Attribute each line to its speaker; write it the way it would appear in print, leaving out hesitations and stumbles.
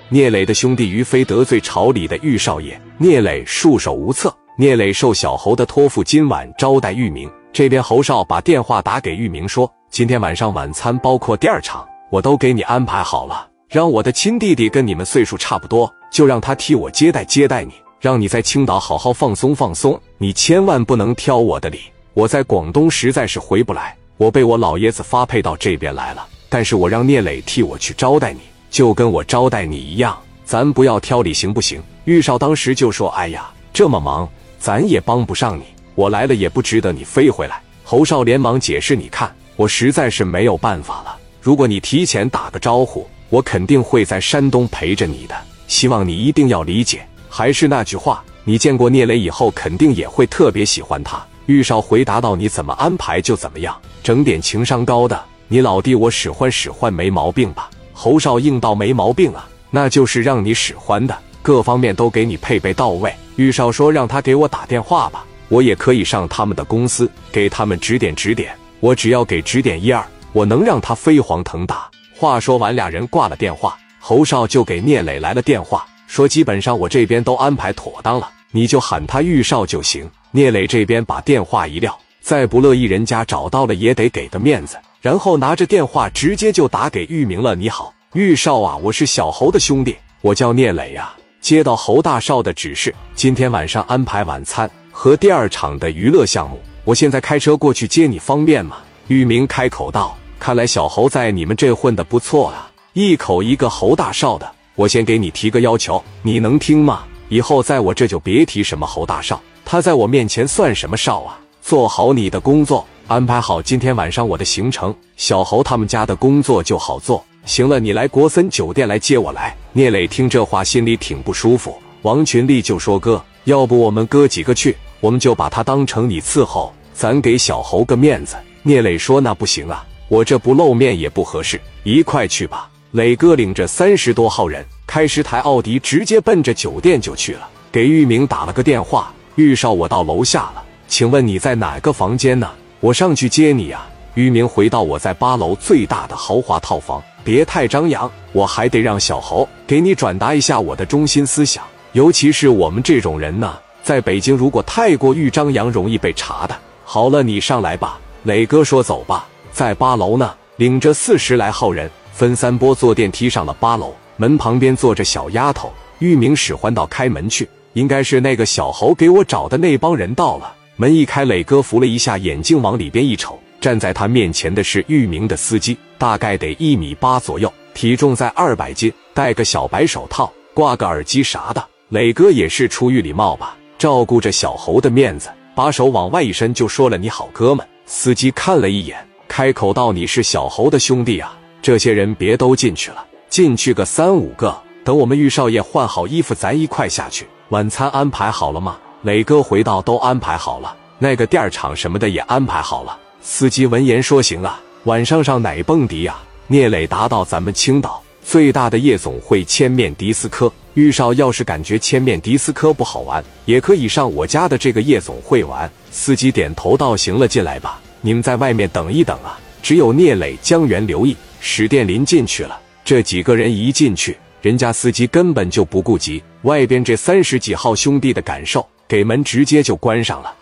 Speaker 1: 聂磊的兄弟于飞得罪朝里的玉少爷，聂磊束手无策。聂磊受小侯的托付，今晚招待玉明。这边侯少把电话打给玉明说，今天晚上晚餐包括第二场我都给你安排好了，让我的亲弟弟跟你们岁数差不多，就让他替我接待你，让你在青岛好好放松放松，你千万不能挑我的理。我在广东实在是回不来，我被我老爷子发配到这边来了，但是我让聂磊替我去招待你，就跟我招待你一样，咱不要挑理行不行？玉少当时就说，哎呀，这么忙咱也帮不上你，我来了也不值得你飞回来。侯少连忙解释，你看我实在是没有办法了，如果你提前打个招呼，我肯定会在山东陪着你的，希望你一定要理解。还是那句话，你见过聂磊以后肯定也会特别喜欢他。玉少回答道，你怎么安排就怎么样，整点情商高的，你老弟我使唤没毛病吧？侯少应道，没毛病啊，那就是让你使唤的，各方面都给你配备到位。玉少说，让他给我打电话吧，我也可以上他们的公司给他们指点，我只要给指点一二，我能让他飞黄腾达。话说完，俩人挂了电话，侯少就给聂磊来了电话，说基本上我这边都安排妥当了，你就喊他玉少就行。聂磊这边把电话一撂，再不乐意人家找到了也得给个面子，然后拿着电话直接就打给玉明了。你好，玉少啊，我是小侯的兄弟，我叫聂磊啊。接到侯大少的指示，今天晚上安排晚餐和第二场的娱乐项目，我现在开车过去接你方便吗？玉明开口道，看来小侯在你们这混得不错啊，一口一个侯大少的。我先给你提个要求，你能听吗？以后在我这就别提什么侯大少，他在我面前算什么少啊？做好你的工作，安排好今天晚上我的行程，小侯他们家的工作就好做。行了，你来国森酒店来接我来。聂磊听这话心里挺不舒服，王群力就说，哥，要不我们哥几个去，我们就把他当成你伺候，咱给小侯个面子。聂磊说，那不行啊，我这不露面也不合适，一块去吧。磊哥领着30多号人，开10台奥迪直接奔着酒店就去了，给玉明打了个电话，玉少我到楼下了，请问你在哪个房间呢？我上去接你啊。玉明回到，我在8楼最大的豪华套房，别太张扬，我还得让小侯给你转达一下我的中心思想，尤其是我们这种人呢，在北京如果太过于张扬容易被查的。好了，你上来吧。磊哥说，走吧。在8楼呢，领着40来号人分3波坐电梯上了8楼，门旁边坐着小丫头，玉明使唤到开门去，应该是那个小侯给我找的那帮人到了。门一开，磊哥扶了一下眼镜往里边一瞅，站在他面前的是玉明的司机，大概得1.8米左右，体重在200斤，戴个小白手套，挂个耳机啥的。磊哥也是出于礼貌吧，照顾着小侯的面子，把手往外一伸就说了，你好哥们。司机看了一眼，开口道，你是小侯的兄弟啊？这些人别都进去了，进去个3、5个，等我们玉少爷换好衣服咱一块下去。晚餐安排好了吗？磊哥回道，都安排好了，那个店场什么的也安排好了。司机闻言说，行啊，晚上上哪蹦迪啊？聂磊答道，咱们青岛最大的夜总会千面迪斯科，玉少要是感觉千面迪斯科不好玩，也可以上我家的这个夜总会玩。司机点头道，行了，进来吧，你们在外面等一等啊。只有聂磊、江源、刘毅、史殿林进去了。这几个人一进去，人家司机根本就不顾及外边这30几号兄弟的感受，给门直接就关上了。